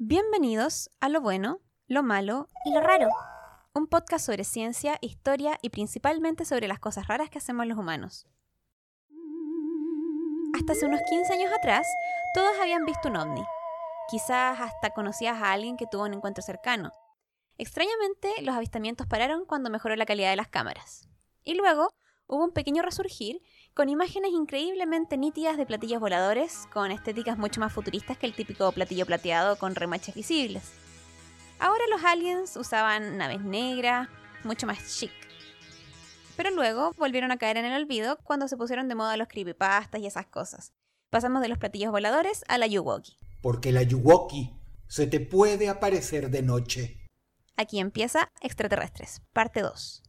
Bienvenidos a Lo Bueno, Lo Malo y Lo Raro. Un podcast sobre ciencia, historia y principalmente sobre las cosas raras que hacemos los humanos. Hasta hace unos 15 años atrás, todos habían visto un ovni. Quizás hasta conocías a alguien que tuvo un encuentro cercano. Extrañamente, los avistamientos pararon cuando mejoró la calidad de las cámaras. Y luego hubo un pequeño resurgir con imágenes increíblemente nítidas de platillos voladores, con estéticas mucho más futuristas que el típico platillo plateado con remaches visibles. Ahora los aliens usaban naves negras, mucho más chic. Pero luego volvieron a caer en el olvido cuando se pusieron de moda los creepypastas y esas cosas. Pasamos de los platillos voladores a la Yuwoki. Porque la Yuwoki se te puede aparecer de noche. Aquí empieza Extraterrestres, parte 2.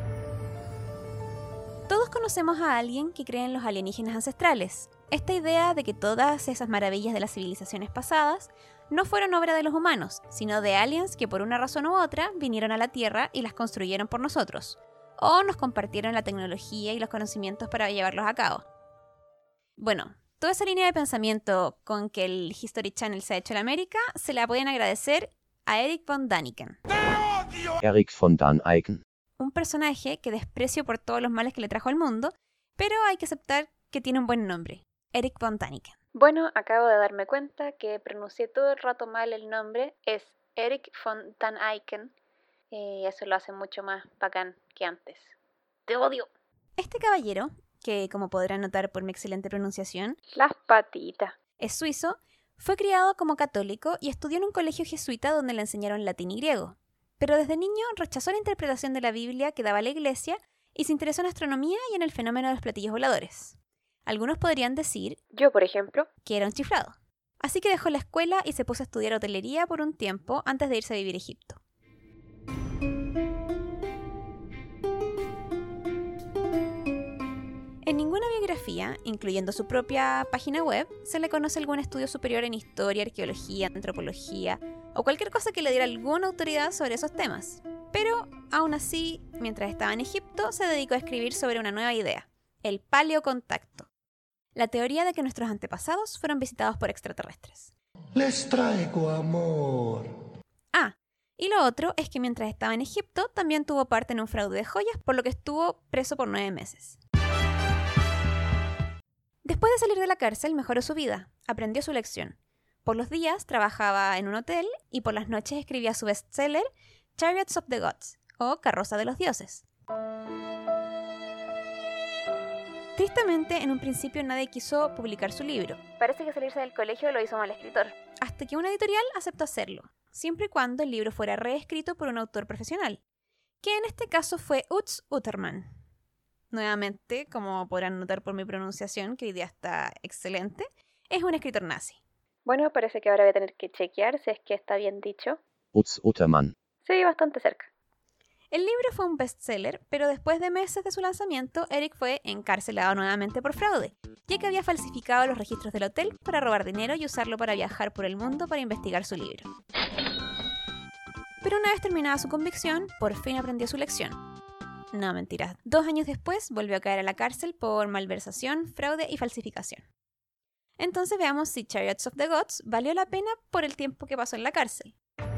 Todos conocemos a alguien que cree en los alienígenas ancestrales. Esta idea de que todas esas maravillas de las civilizaciones pasadas no fueron obra de los humanos, sino de aliens que por una razón u otra vinieron a la Tierra y las construyeron por nosotros, o nos compartieron la tecnología y los conocimientos para llevarlos a cabo. Bueno, toda esa línea de pensamiento con que el History Channel se ha hecho en América se la pueden agradecer a Erich von Däniken. Erich von Däniken. Un personaje que desprecio por todos los males que le trajo al mundo, pero hay que aceptar que tiene un buen nombre, Erich von Däniken. Bueno, acabo de darme cuenta que pronuncié todo el rato mal el nombre, es Erich von Däniken, y eso lo hace mucho más bacán que antes. ¡Te odio! Este caballero, que como podrán notar por mi excelente pronunciación, Las patitas. es suizo, fue criado como católico y estudió en un colegio jesuita donde le enseñaron latín y griego. Pero desde niño rechazó la interpretación de la Biblia que daba la iglesia y se interesó en astronomía y en el fenómeno de los platillos voladores. Algunos podrían decir, Yo, por ejemplo, que era un chiflado. Así que dejó la escuela y se puso a estudiar hotelería por un tiempo antes de irse a vivir a Egipto. En ninguna biografía, incluyendo su propia página web, se le conoce algún estudio superior en historia, arqueología, antropología o cualquier cosa que le diera alguna autoridad sobre esos temas. Pero, aún así, mientras estaba en Egipto, se dedicó a escribir sobre una nueva idea, el paleocontacto, la teoría de que nuestros antepasados fueron visitados por extraterrestres. Les traigo amor. Ah, y lo otro es que mientras estaba en Egipto, también tuvo parte en un fraude de joyas, por lo que estuvo preso por 9 meses. Después de salir de la cárcel, mejoró su vida, aprendió su lección. Por los días trabajaba en un hotel y por las noches escribía su bestseller Chariots of the Gods, o Carroza de los Dioses. Tristemente, en un principio nadie quiso publicar su libro. parece que salirse del colegio lo hizo mal escritor. Hasta que una editorial aceptó hacerlo, siempre y cuando el libro fuera reescrito por un autor profesional, que en este caso fue Utz Utermann. Nuevamente, como podrán notar por mi pronunciación, que hoy día está excelente, es un escritor nazi. Bueno, parece que ahora voy a tener que chequear si es que está bien dicho. Utz Utermann. Sí, bastante cerca. El libro fue un bestseller, pero después de meses de su lanzamiento, Eric fue encarcelado nuevamente por fraude, ya que había falsificado los registros del hotel para robar dinero y usarlo para viajar por el mundo para investigar su libro. Pero una vez terminada su convicción, por fin aprendió su lección. No, mentiras. 2 años después volvió a caer a la cárcel por malversación, fraude y falsificación. Entonces veamos si Chariots of the Gods valió la pena por el tiempo que pasó en la cárcel.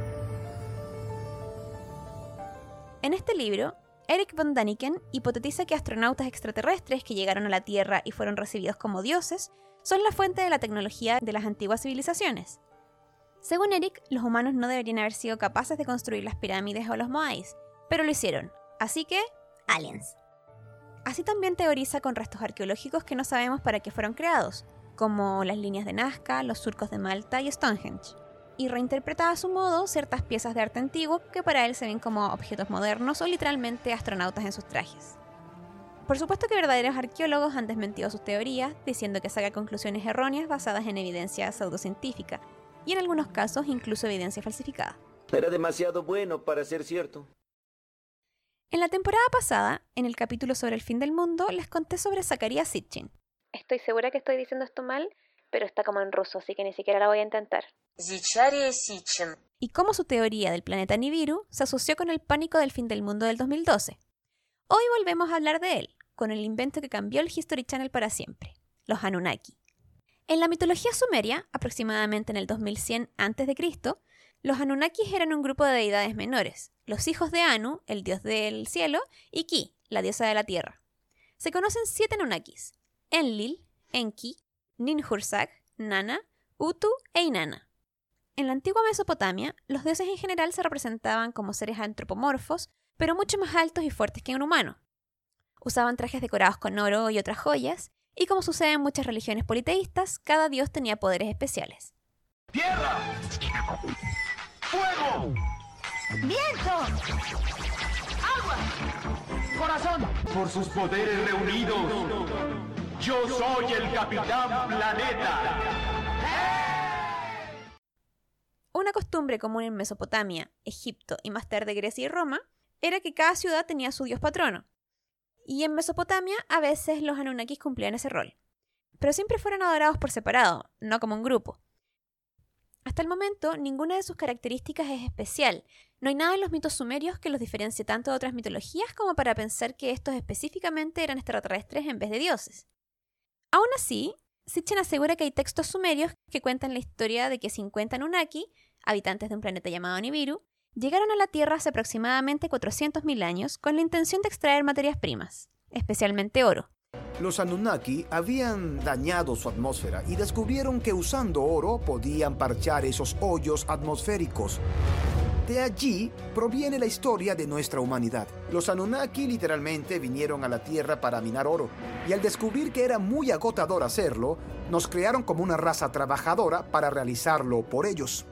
En este libro, Erich von Däniken hipotetiza que astronautas extraterrestres que llegaron a la Tierra y fueron recibidos como dioses son la fuente de la tecnología de las antiguas civilizaciones. Según Erich, los humanos no deberían haber sido capaces de construir las pirámides o los moais, pero lo hicieron, así que, aliens. Así también teoriza con restos arqueológicos que no sabemos para qué fueron creados, como las líneas de Nazca, los surcos de Malta y Stonehenge, y reinterpreta a su modo ciertas piezas de arte antiguo que para él se ven como objetos modernos o literalmente astronautas en sus trajes. Por supuesto que verdaderos arqueólogos han desmentido sus teorías, diciendo que saca conclusiones erróneas basadas en evidencia pseudocientífica, y en algunos casos incluso evidencia falsificada. Era demasiado bueno para ser cierto. En la temporada pasada, en el capítulo sobre el fin del mundo, les conté sobre Zecharia Sitchin. Estoy segura que estoy diciendo esto mal, pero está como en ruso, así que ni siquiera la voy a intentar. Zecharia Sitchin. Y cómo su teoría del planeta Nibiru se asoció con el pánico del fin del mundo del 2012. Hoy volvemos a hablar de él, con el invento que cambió el History Channel para siempre, los Anunnaki. En la mitología sumeria, aproximadamente en el 2100 a.C., los Anunnakis eran un grupo de deidades menores, los hijos de Anu, el dios del cielo, y Ki, la diosa de la tierra. Se conocen 7 Anunnakis: Enlil, Enki, Ninhursag, Nana, Utu e Inanna. En la antigua Mesopotamia, los dioses en general se representaban como seres antropomorfos, pero mucho más altos y fuertes que un humano. Usaban trajes decorados con oro y otras joyas, y como sucede en muchas religiones politeístas, cada dios tenía poderes especiales. ¡Tierra! ¡Fuego! ¡Viento! ¡Agua! ¡Corazón! Por sus poderes reunidos, yo soy el Capitán Planeta. Una costumbre común en Mesopotamia, Egipto y más tarde Grecia y Roma era que cada ciudad tenía su dios patrono. Y en Mesopotamia a veces los Anunnakis cumplían ese rol. Pero siempre fueron adorados por separado, no como un grupo. Hasta el momento, ninguna de sus características es especial. No hay nada en los mitos sumerios que los diferencie tanto de otras mitologías como para pensar que estos específicamente eran extraterrestres en vez de dioses. Aún así, Sitchin asegura que hay textos sumerios que cuentan la historia de que 50 Anunnaki, habitantes de un planeta llamado Nibiru, llegaron a la Tierra hace aproximadamente 400.000 años con la intención de extraer materias primas, especialmente oro. Los Anunnaki habían dañado su atmósfera y descubrieron que usando oro podían parchar esos hoyos atmosféricos. De allí proviene la historia de nuestra humanidad. Los Anunnaki literalmente vinieron a la Tierra para minar oro, y al descubrir que era muy agotador hacerlo, nos crearon como una raza trabajadora para realizarlo por ellos.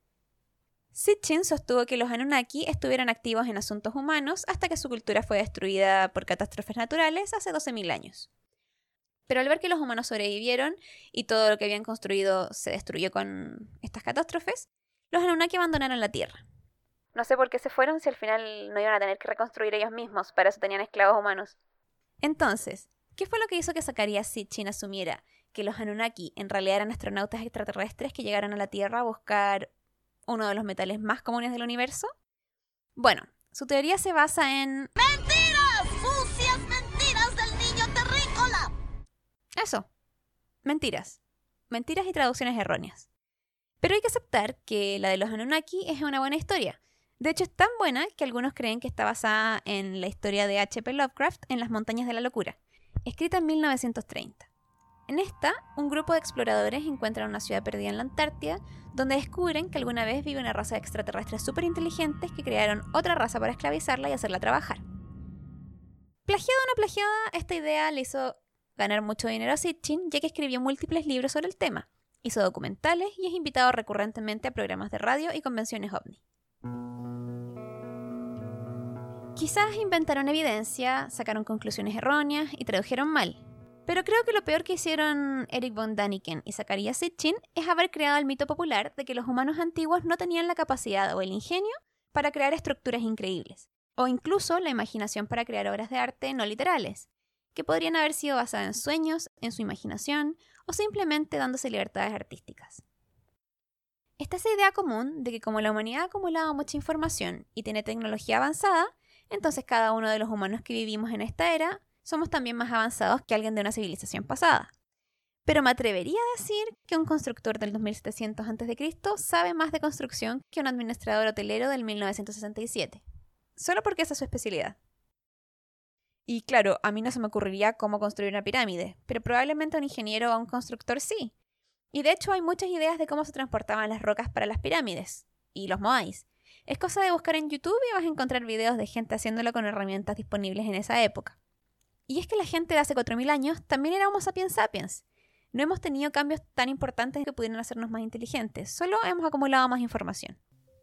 Sitchin sostuvo que los Anunnaki estuvieron activos en asuntos humanos hasta que su cultura fue destruida por catástrofes naturales hace 12.000 años. Pero al ver que los humanos sobrevivieron y todo lo que habían construido se destruyó con estas catástrofes, los Anunnaki abandonaron la Tierra. No sé por qué se fueron si al final no iban a tener que reconstruir ellos mismos, para eso tenían esclavos humanos. Entonces, ¿qué fue lo que hizo que Zecharia Sitchin asumiera que los Anunnaki en realidad eran astronautas extraterrestres que llegaron a la Tierra a buscar uno de los metales más comunes del universo? Bueno, su teoría se basa en... ¡Mentiras! ¡Sucias mentiras del niño terrícola! Eso, mentiras. Mentiras y traducciones erróneas. Pero hay que aceptar que la de los Anunnaki es una buena historia. De hecho, es tan buena que algunos creen que está basada en la historia de H.P. Lovecraft en Las Montañas de la Locura, escrita en 1930. En esta, un grupo de exploradores encuentran una ciudad perdida en la Antártida, donde descubren que alguna vez vive una raza de extraterrestres súper inteligentes que crearon otra raza para esclavizarla y hacerla trabajar. Plagiada o no plagiada, esta idea le hizo ganar mucho dinero a Sitchin, ya que escribió múltiples libros sobre el tema, hizo documentales y es invitado recurrentemente a programas de radio y convenciones OVNI. Quizás inventaron evidencia, sacaron conclusiones erróneas y tradujeron mal. Pero creo que lo peor que hicieron Eric von Däniken y Zecharia Sitchin es haber creado el mito popular de que los humanos antiguos no tenían la capacidad o el ingenio para crear estructuras increíbles, o incluso la imaginación para crear obras de arte no literales, que podrían haber sido basadas en sueños, en su imaginación, o simplemente dándose libertades artísticas. Está esa idea común de que como la humanidad ha acumulado mucha información y tiene tecnología avanzada, entonces cada uno de los humanos que vivimos en esta era somos también más avanzados que alguien de una civilización pasada. Pero me atrevería a decir que un constructor del 2700 a.C. sabe más de construcción que un administrador hotelero del 1967. Solo porque esa es su especialidad. Y claro, a mí no se me ocurriría cómo construir una pirámide, pero probablemente un ingeniero o un constructor sí. Y de hecho hay muchas ideas de cómo se transportaban las rocas para las pirámides, y los moais. Es cosa de buscar en YouTube y vas a encontrar videos de gente haciéndolo con herramientas disponibles en esa época. Y es que la gente de hace 4.000 años también era Homo sapiens sapiens. No hemos tenido cambios tan importantes que pudieran hacernos más inteligentes, solo hemos acumulado más información.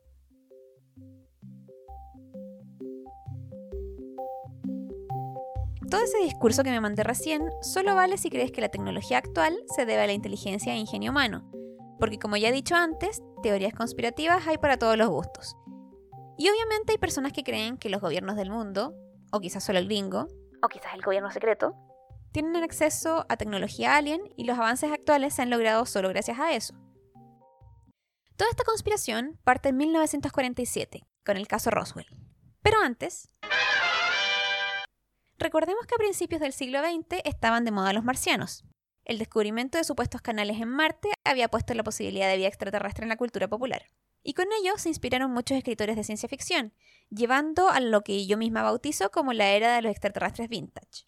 Todo ese discurso que me mandé recién solo vale si crees que la tecnología actual se debe a la inteligencia e ingenio humano, porque como ya he dicho antes, teorías conspirativas hay para todos los gustos. Y obviamente hay personas que creen que los gobiernos del mundo, o quizás solo el gringo, O quizás el gobierno secreto, tienen acceso a tecnología alien y los avances actuales se han logrado solo gracias a eso. Toda esta conspiración parte en 1947, con el caso Roswell. Pero antes, recordemos que a principios del siglo XX estaban de moda los marcianos. El descubrimiento de supuestos canales en Marte había puesto la posibilidad de vida extraterrestre en la cultura popular. Y con ello se inspiraron muchos escritores de ciencia ficción, llevando a lo que yo misma bautizo como la era de los extraterrestres vintage.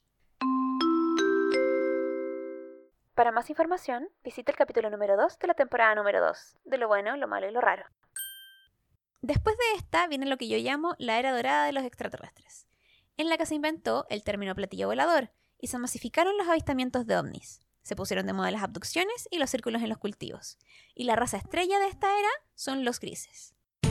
Para más información, visita el capítulo número 2 de la temporada número 2, de lo bueno, lo malo y lo raro. Después de esta viene lo que yo llamo la era dorada de los extraterrestres, en la que se inventó el término platillo volador y se masificaron los avistamientos de ovnis. Se pusieron de moda las abducciones y los círculos en los cultivos. Y la raza estrella de esta era son los grises.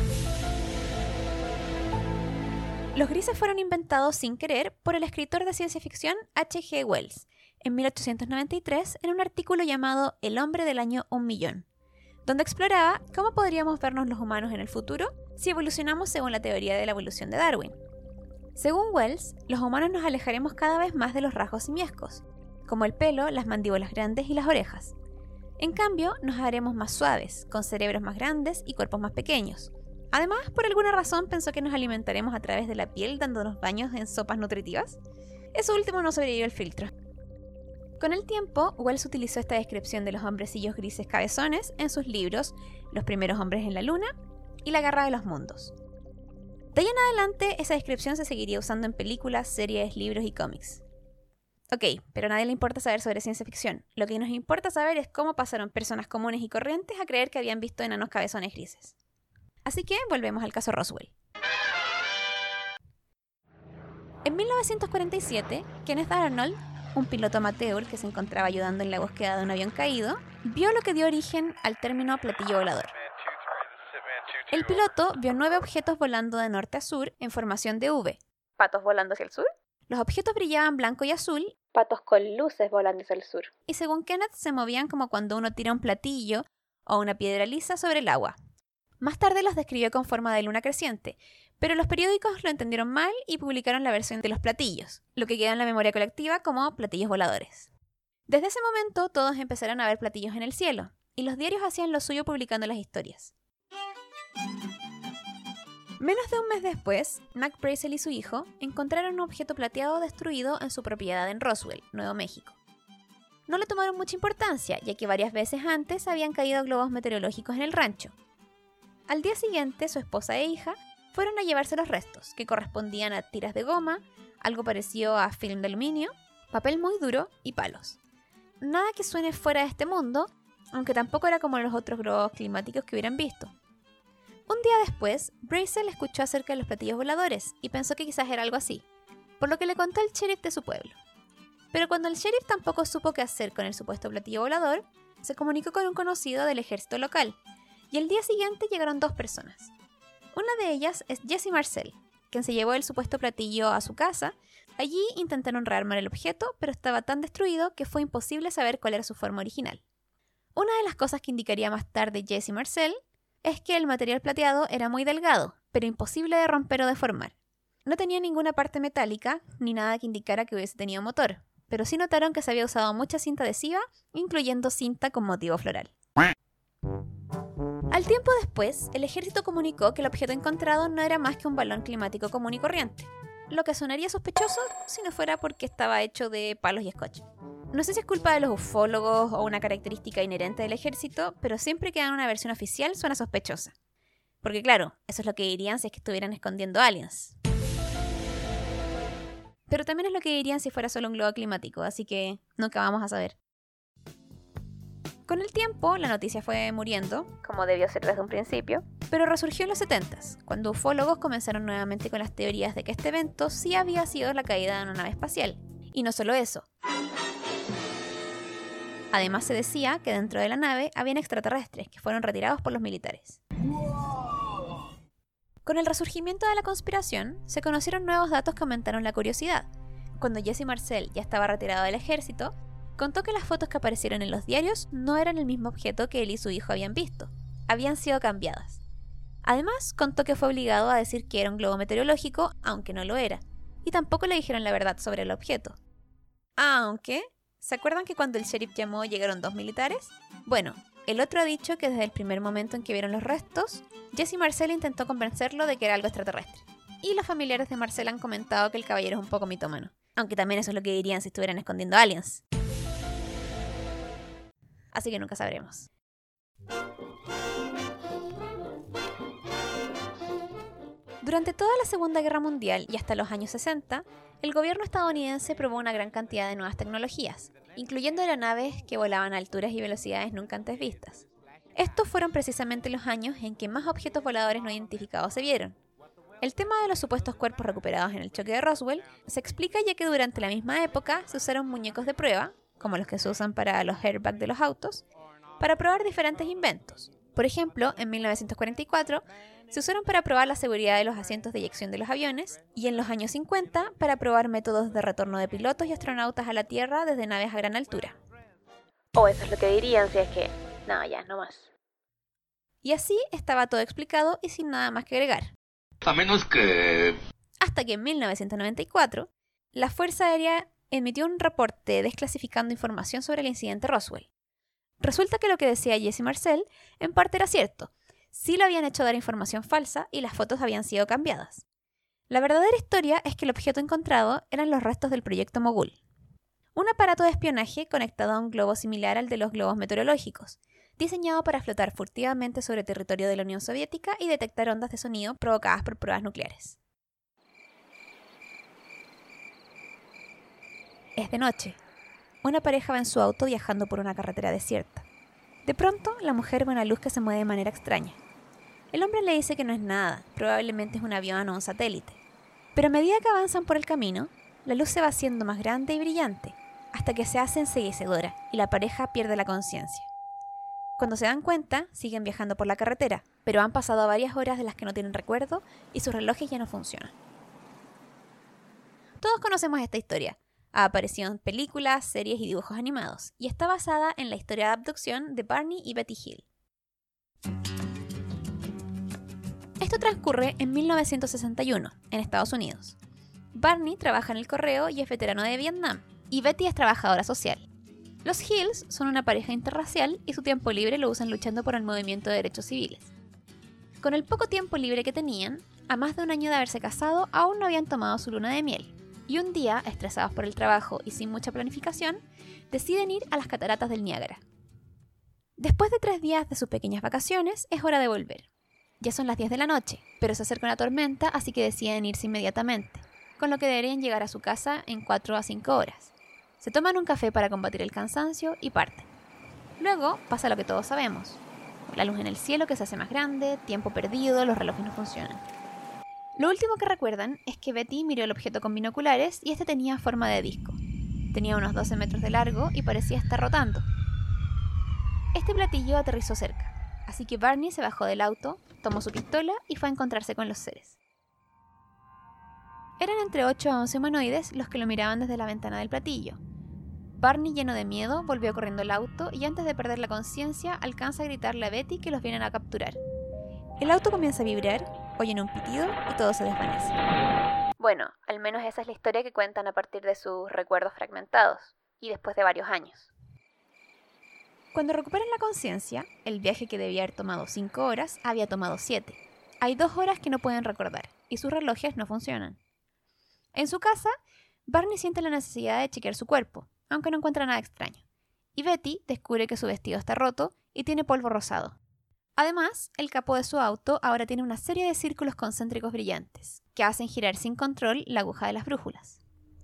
Los grises fueron inventados sin querer por el escritor de ciencia ficción H.G. Wells en 1893 en un artículo llamado El hombre del año 1.000.000, donde exploraba cómo podríamos vernos los humanos en el futuro si evolucionamos según la teoría de la evolución de Darwin. Según Wells, los humanos nos alejaremos cada vez más de los rasgos simiescos, como el pelo, las mandíbulas grandes y las orejas. En cambio, nos haremos más suaves, con cerebros más grandes y cuerpos más pequeños. Además, por alguna razón pensó que nos alimentaremos a través de la piel dándonos baños en sopas nutritivas. Eso último no sobrevivió el filtro. Con el tiempo, Wells utilizó esta descripción de los hombrecillos grises cabezones en sus libros Los primeros hombres en la luna y La guerra de los mundos. De ahí en adelante, esa descripción se seguiría usando en películas, series, libros y cómics. Ok, pero a nadie le importa saber sobre ciencia ficción. Lo que nos importa saber es cómo pasaron personas comunes y corrientes a creer que habían visto enanos cabezones grises. Así que volvemos al caso Roswell. En 1947, Kenneth Arnold, un piloto amateur que se encontraba ayudando en la búsqueda de un avión caído, vio lo que dio origen al término platillo volador. El piloto vio 9 objetos volando de norte a sur en formación de V. ¿Patos volando hacia el sur? Los objetos brillaban blanco y azul, Patos con luces volando hacia el sur. y según Kenneth se movían como cuando uno tira un platillo o una piedra lisa sobre el agua. Más tarde los describió con forma de luna creciente, pero los periódicos lo entendieron mal y publicaron la versión de los platillos, lo que queda en la memoria colectiva como platillos voladores. Desde ese momento todos empezaron a ver platillos en el cielo, y los diarios hacían lo suyo publicando las historias. Menos de un mes después, Mac Brazel y su hijo encontraron un objeto plateado destruido en su propiedad en Roswell, Nuevo México. No le tomaron mucha importancia, ya que varias veces antes habían caído globos meteorológicos en el rancho. Al día siguiente, su esposa e hija fueron a llevarse los restos, que correspondían a tiras de goma, algo parecido a film de aluminio, papel muy duro y palos. Nada que suene fuera de este mundo, aunque tampoco era como los otros globos climáticos que hubieran visto. Un día después, Brazel escuchó acerca de los platillos voladores y pensó que quizás era algo así, por lo que le contó al sheriff de su pueblo. Pero cuando el sheriff tampoco supo qué hacer con el supuesto platillo volador, se comunicó con un conocido del ejército local, y el día siguiente llegaron 2 personas. Una de ellas es Jesse Marcel, quien se llevó el supuesto platillo a su casa. Allí intentaron rearmar el objeto, pero estaba tan destruido que fue imposible saber cuál era su forma original. Una de las cosas que indicaría más tarde Jesse Marcel es que el material plateado era muy delgado, pero imposible de romper o deformar. No tenía ninguna parte metálica, ni nada que indicara que hubiese tenido motor, pero sí notaron que se había usado mucha cinta adhesiva, incluyendo cinta con motivo floral. Al tiempo después, el ejército comunicó que el objeto encontrado no era más que un balón climático común y corriente, lo que sonaría sospechoso si no fuera porque estaba hecho de palos y scotch. No sé si es culpa de los ufólogos o una característica inherente del ejército, pero siempre que dan una versión oficial suena sospechosa. Porque claro, eso es lo que dirían si es que estuvieran escondiendo aliens. Pero también es lo que dirían si fuera solo un globo climático, así que nunca vamos a saber. Con el tiempo, la noticia fue muriendo, como debió ser desde un principio, pero resurgió en los 70s, cuando ufólogos comenzaron nuevamente con las teorías de que este evento sí había sido la caída de una nave espacial. Y no solo eso. Además se decía que dentro de la nave habían extraterrestres que fueron retirados por los militares. Con el resurgimiento de la conspiración, se conocieron nuevos datos que aumentaron la curiosidad. Cuando Jesse Marcel ya estaba retirado del ejército, contó que las fotos que aparecieron en los diarios no eran el mismo objeto que él y su hijo habían visto. Habían sido cambiadas. Además, contó que fue obligado a decir que era un globo meteorológico, aunque no lo era. Y tampoco le dijeron la verdad sobre el objeto. Aunque, ¿se acuerdan que cuando el sheriff llamó llegaron 2 militares? Bueno, el otro ha dicho que desde el primer momento en que vieron los restos, Jesse Marcel intentó convencerlo de que era algo extraterrestre. Y los familiares de Marcel han comentado que el caballero es un poco mitómano. Aunque también eso es lo que dirían si estuvieran escondiendo aliens. así que nunca sabremos. Durante toda la Segunda Guerra Mundial y hasta los años 60, el gobierno estadounidense probó una gran cantidad de nuevas tecnologías, incluyendo aeronaves que volaban a alturas y velocidades nunca antes vistas. Estos fueron precisamente los años en que más objetos voladores no identificados se vieron. El tema de los supuestos cuerpos recuperados en el choque de Roswell se explica ya que durante la misma época se usaron muñecos de prueba, como los que se usan para los airbags de los autos, para probar diferentes inventos. Por ejemplo, en 1944 se usaron para probar la seguridad de los asientos de eyección de los aviones y en los años 50 para probar métodos de retorno de pilotos y astronautas a la Tierra desde naves a gran altura. Eso es lo que dirían si es que... No, ya, no más. Y así estaba todo explicado y sin nada más que agregar. A menos que... Hasta que en 1994, la Fuerza Aérea emitió un reporte desclasificando información sobre el incidente Roswell. Resulta que lo que decía Jesse Marcel en parte era cierto. Sí lo habían hecho dar información falsa y las fotos habían sido cambiadas. La verdadera historia es que el objeto encontrado eran los restos del proyecto Mogul, un aparato de espionaje conectado a un globo similar al de los globos meteorológicos, diseñado para flotar furtivamente sobre territorio de la Unión Soviética y detectar ondas de sonido provocadas por pruebas nucleares. Es de noche. Una pareja va en su auto viajando por una carretera desierta. De pronto, la mujer ve una luz que se mueve de manera extraña. El hombre le dice que no es nada, probablemente es un avión o un satélite. Pero a medida que avanzan por el camino, la luz se va haciendo más grande y brillante, hasta que se hace enceguecedora y la pareja pierde la conciencia. Cuando se dan cuenta, siguen viajando por la carretera, pero han pasado varias horas de las que no tienen recuerdo y sus relojes ya no funcionan. Todos conocemos esta historia. Ha aparecido en películas, series y dibujos animados, y está basada en la historia de abducción de Barney y Betty Hill. Esto transcurre en 1961, en Estados Unidos. Barney trabaja en el correo y es veterano de Vietnam, y Betty es trabajadora social. Los Hills son una pareja interracial y su tiempo libre lo usan luchando por el movimiento de derechos civiles. Con el poco tiempo libre que tenían, a más de un año de haberse casado, aún no habían tomado su luna de miel. Y un día, estresados por el trabajo y sin mucha planificación, deciden ir a las cataratas del Niágara. Después de 3 días de sus pequeñas vacaciones, es hora de volver. Ya son las 10 de la noche, pero se acerca una tormenta, así que deciden irse inmediatamente, con lo que deberían llegar a su casa en 4 a 5 horas. Se toman un café para combatir el cansancio y parten. Luego pasa lo que todos sabemos. La luz en el cielo que se hace más grande, tiempo perdido, los relojes no funcionan. Lo último que recuerdan es que Betty miró el objeto con binoculares y este tenía forma de disco. Tenía unos 12 metros de largo y parecía estar rotando. Este platillo aterrizó cerca, así que Barney se bajó del auto, tomó su pistola y fue a encontrarse con los seres. Eran entre 8 a 11 humanoides los que lo miraban desde la ventana del platillo. Barney, lleno de miedo, volvió corriendo al auto y antes de perder la conciencia alcanza a gritarle a Betty que los vienen a capturar. El auto comienza a vibrar, oyen un pitido y todo se desvanece. Bueno, al menos esa es la historia que cuentan a partir de sus recuerdos fragmentados, y después de varios años. Cuando recuperan la conciencia, el viaje que debía haber tomado 5 horas había tomado 7. Hay 2 horas que no pueden recordar, y sus relojes no funcionan. En su casa, Barney siente la necesidad de chequear su cuerpo, aunque no encuentra nada extraño. Y Betty descubre que su vestido está roto y tiene polvo rosado. Además, el capó de su auto ahora tiene una serie de círculos concéntricos brillantes, que hacen girar sin control la aguja de las brújulas.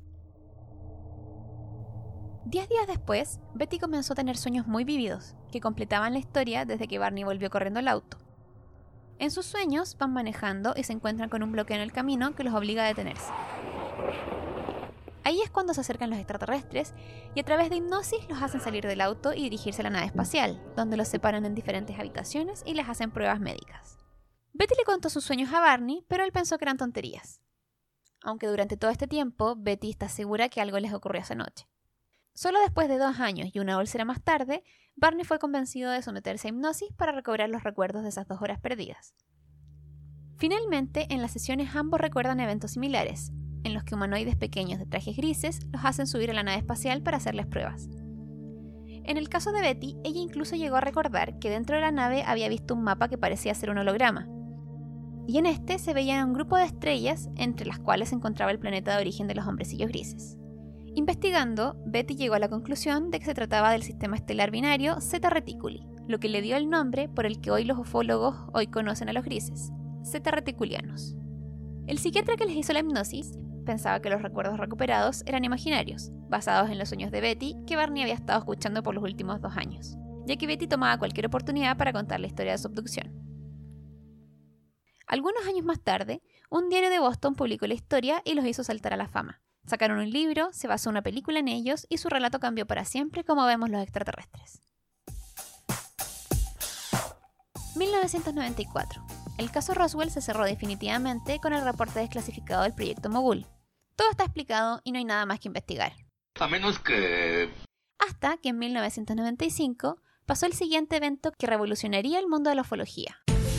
10 días después, Betty comenzó a tener sueños muy vívidos, que completaban la historia desde que Barney volvió corriendo el auto. En sus sueños van manejando y se encuentran con un bloqueo en el camino que los obliga a detenerse. Ahí es cuando se acercan los extraterrestres y a través de hipnosis los hacen salir del auto y dirigirse a la nave espacial, donde los separan en diferentes habitaciones y les hacen pruebas médicas. Betty le contó sus sueños a Barney, pero él pensó que eran tonterías. Aunque durante todo este tiempo, Betty está segura que algo les ocurrió esa noche. Solo después de 2 años y una úlcera más tarde, Barney fue convencido de someterse a hipnosis para recobrar los recuerdos de esas 2 horas perdidas. Finalmente, en las sesiones ambos recuerdan eventos similares, en los que humanoides pequeños de trajes grises los hacen subir a la nave espacial para hacerles pruebas. En el caso de Betty, ella incluso llegó a recordar que dentro de la nave había visto un mapa que parecía ser un holograma, y en este se veía un grupo de estrellas entre las cuales se encontraba el planeta de origen de los hombrecillos grises. Investigando, Betty llegó a la conclusión de que se trataba del sistema estelar binario Zeta Reticuli, lo que le dio el nombre por el que hoy los ufólogos hoy conocen a los grises, Zeta Reticulianos. El psiquiatra que les hizo la hipnosis pensaba que los recuerdos recuperados eran imaginarios, basados en los sueños de Betty que Barney había estado escuchando por los últimos 2 años, ya que Betty tomaba cualquier oportunidad para contar la historia de su abducción. Algunos años más tarde, un diario de Boston publicó la historia y los hizo saltar a la fama. Sacaron un libro, se basó una película en ellos y su relato cambió para siempre como vemos los extraterrestres. 1994. El caso Roswell se cerró definitivamente con el reporte desclasificado del proyecto Mogul. Todo está explicado y no hay nada más que investigar. A menos que... Hasta que en 1995 pasó el siguiente evento que revolucionaría el mundo de la ufología.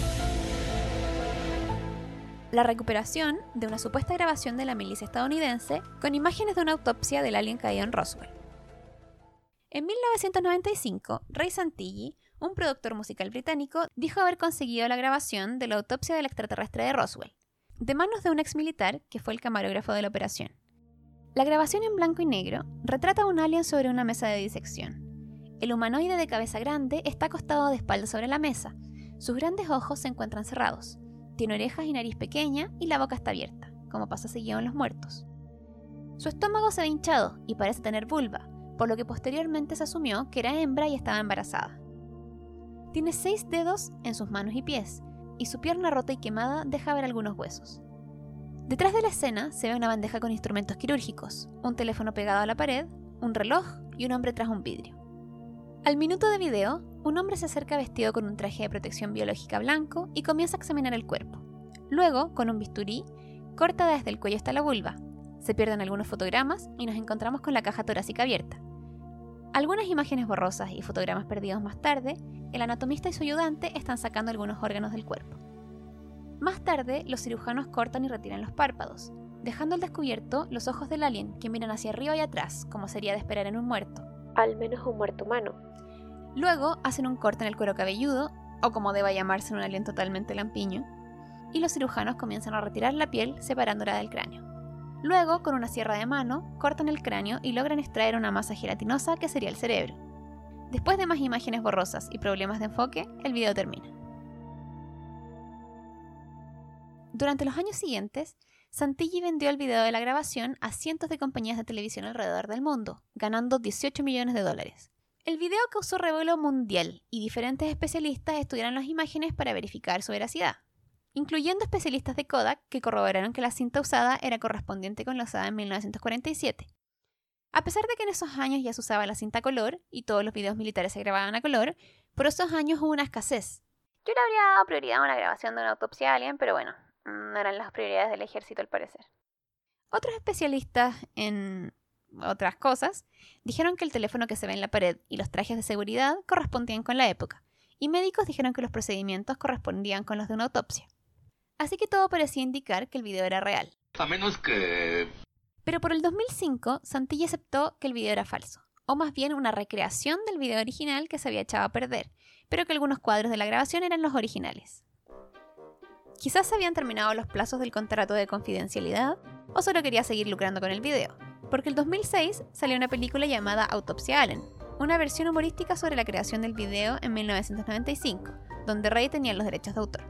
La recuperación de una supuesta grabación de la milicia estadounidense con imágenes de una autopsia del alien caído en Roswell. En 1995, Ray Santilli, un productor musical británico, dijo haber conseguido la grabación de la autopsia del extraterrestre de Roswell, de manos de un exmilitar que fue el camarógrafo de la operación. La grabación en blanco y negro retrata a un alien sobre una mesa de disección. El humanoide de cabeza grande está acostado de espaldas sobre la mesa. Sus grandes ojos se encuentran cerrados. Tiene orejas y nariz pequeña y la boca está abierta, como pasa seguido en los muertos. Su estómago se ve hinchado y parece tener vulva, por lo que posteriormente se asumió que era hembra y estaba embarazada. Tiene 6 dedos en sus manos y pies, y su pierna rota y quemada deja ver algunos huesos. Detrás de la escena se ve una bandeja con instrumentos quirúrgicos, un teléfono pegado a la pared, un reloj y un hombre tras un vidrio. Al minuto de video, un hombre se acerca vestido con un traje de protección biológica blanco y comienza a examinar el cuerpo. Luego, con un bisturí, corta desde el cuello hasta la vulva. Se pierden algunos fotogramas y nos encontramos con la caja torácica abierta. Algunas imágenes borrosas y fotogramas perdidos más tarde, el anatomista y su ayudante están sacando algunos órganos del cuerpo. Más tarde, los cirujanos cortan y retiran los párpados, dejando al descubierto los ojos del alien que miran hacia arriba y atrás, como sería de esperar en un muerto. Al menos un muerto humano. Luego hacen un corte en el cuero cabelludo, o como deba llamarse en un alien totalmente lampiño, y los cirujanos comienzan a retirar la piel separándola del cráneo. Luego, con una sierra de mano, cortan el cráneo y logran extraer una masa gelatinosa que sería el cerebro. Después de más imágenes borrosas y problemas de enfoque, el video termina. Durante los años siguientes, Santilli vendió el video de la grabación a cientos de compañías de televisión alrededor del mundo, ganando $18 millones. El video causó revuelo mundial y diferentes especialistas estudiaron las imágenes para verificar su veracidad, incluyendo especialistas de Kodak que corroboraron que la cinta usada era correspondiente con la usada en 1947. A pesar de que en esos años ya se usaba la cinta a color y todos los videos militares se grababan a color, por esos años hubo una escasez. Yo le habría dado prioridad a una grabación de una autopsia alien, pero bueno, no eran las prioridades del ejército al parecer. Otros especialistas en otras cosas dijeron que el teléfono que se ve en la pared y los trajes de seguridad correspondían con la época, y médicos dijeron que los procedimientos correspondían con los de una autopsia. Así que todo parecía indicar que el video era real. A menos que... Pero por el 2005, Santilli aceptó que el video era falso, o más bien una recreación del video original que se había echado a perder, pero que algunos cuadros de la grabación eran los originales. Quizás se habían terminado los plazos del contrato de confidencialidad, o solo quería seguir lucrando con el video, porque el 2006 salió una película llamada Autopsia Allen, una versión humorística sobre la creación del video en 1995, donde Ray tenía los derechos de autor.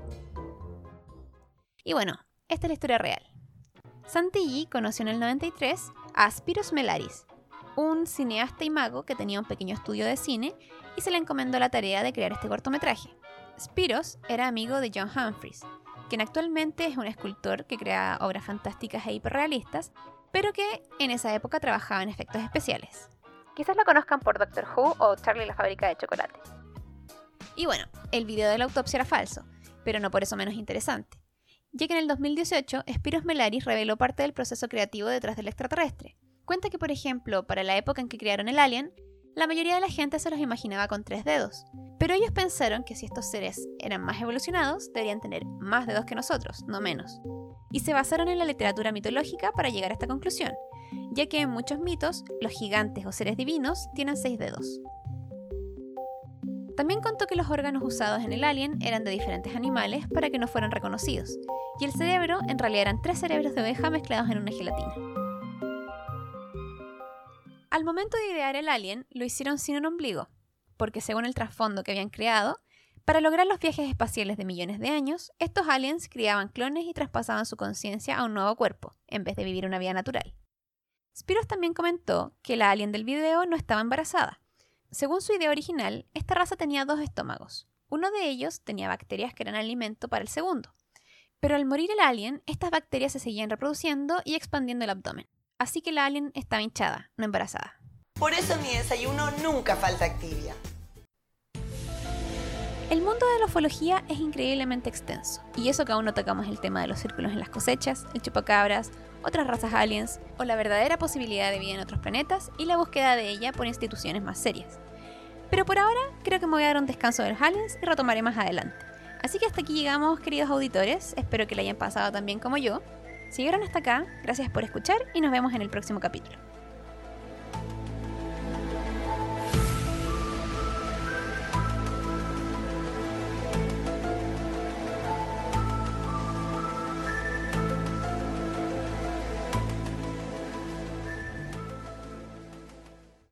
Y bueno, esta es la historia real. Santilli conoció en el 93 a Spiros Melaris, un cineasta y mago que tenía un pequeño estudio de cine y se le encomendó la tarea de crear este cortometraje. Spiros era amigo de John Humphreys, quien actualmente es un escultor que crea obras fantásticas e hiperrealistas, pero que en esa época trabajaba en efectos especiales. Quizás lo conozcan por Doctor Who o Charlie la fábrica de chocolate. Y bueno, el video de la autopsia era falso, pero no por eso menos interesante, ya que en el 2018 Spiros Melaris reveló parte del proceso creativo detrás del extraterrestre. Cuenta que, por ejemplo, para la época en que crearon el alien, la mayoría de la gente se los imaginaba con 3 dedos, pero ellos pensaron que si estos seres eran más evolucionados, deberían tener más dedos que nosotros, no menos. Y se basaron en la literatura mitológica para llegar a esta conclusión, ya que en muchos mitos, los gigantes o seres divinos tienen 6 dedos. También contó que los órganos usados en el alien eran de diferentes animales para que no fueran reconocidos, y el cerebro en realidad eran 3 cerebros de oveja mezclados en una gelatina. Al momento de idear el alien, lo hicieron sin un ombligo, porque según el trasfondo que habían creado, para lograr los viajes espaciales de millones de años, estos aliens criaban clones y traspasaban su conciencia a un nuevo cuerpo, en vez de vivir una vida natural. Spiros también comentó que la alien del video no estaba embarazada. Según su idea original, esta raza tenía 2 estómagos. Uno de ellos tenía bacterias que eran alimento para el segundo. Pero al morir el alien, estas bacterias se seguían reproduciendo y expandiendo el abdomen. Así que la alien estaba hinchada, no embarazada. Por eso en mi desayuno nunca falta Activia. El mundo de la ufología es increíblemente extenso, y eso que aún no tocamos el tema de los círculos en las cosechas, el chupacabras, otras razas aliens, o la verdadera posibilidad de vida en otros planetas y la búsqueda de ella por instituciones más serias. Pero por ahora creo que me voy a dar un descanso de los aliens y retomaré más adelante. Así que hasta aquí llegamos, queridos auditores, espero que la hayan pasado tan bien como yo. Si llegaron hasta acá, gracias por escuchar y nos vemos en el próximo capítulo.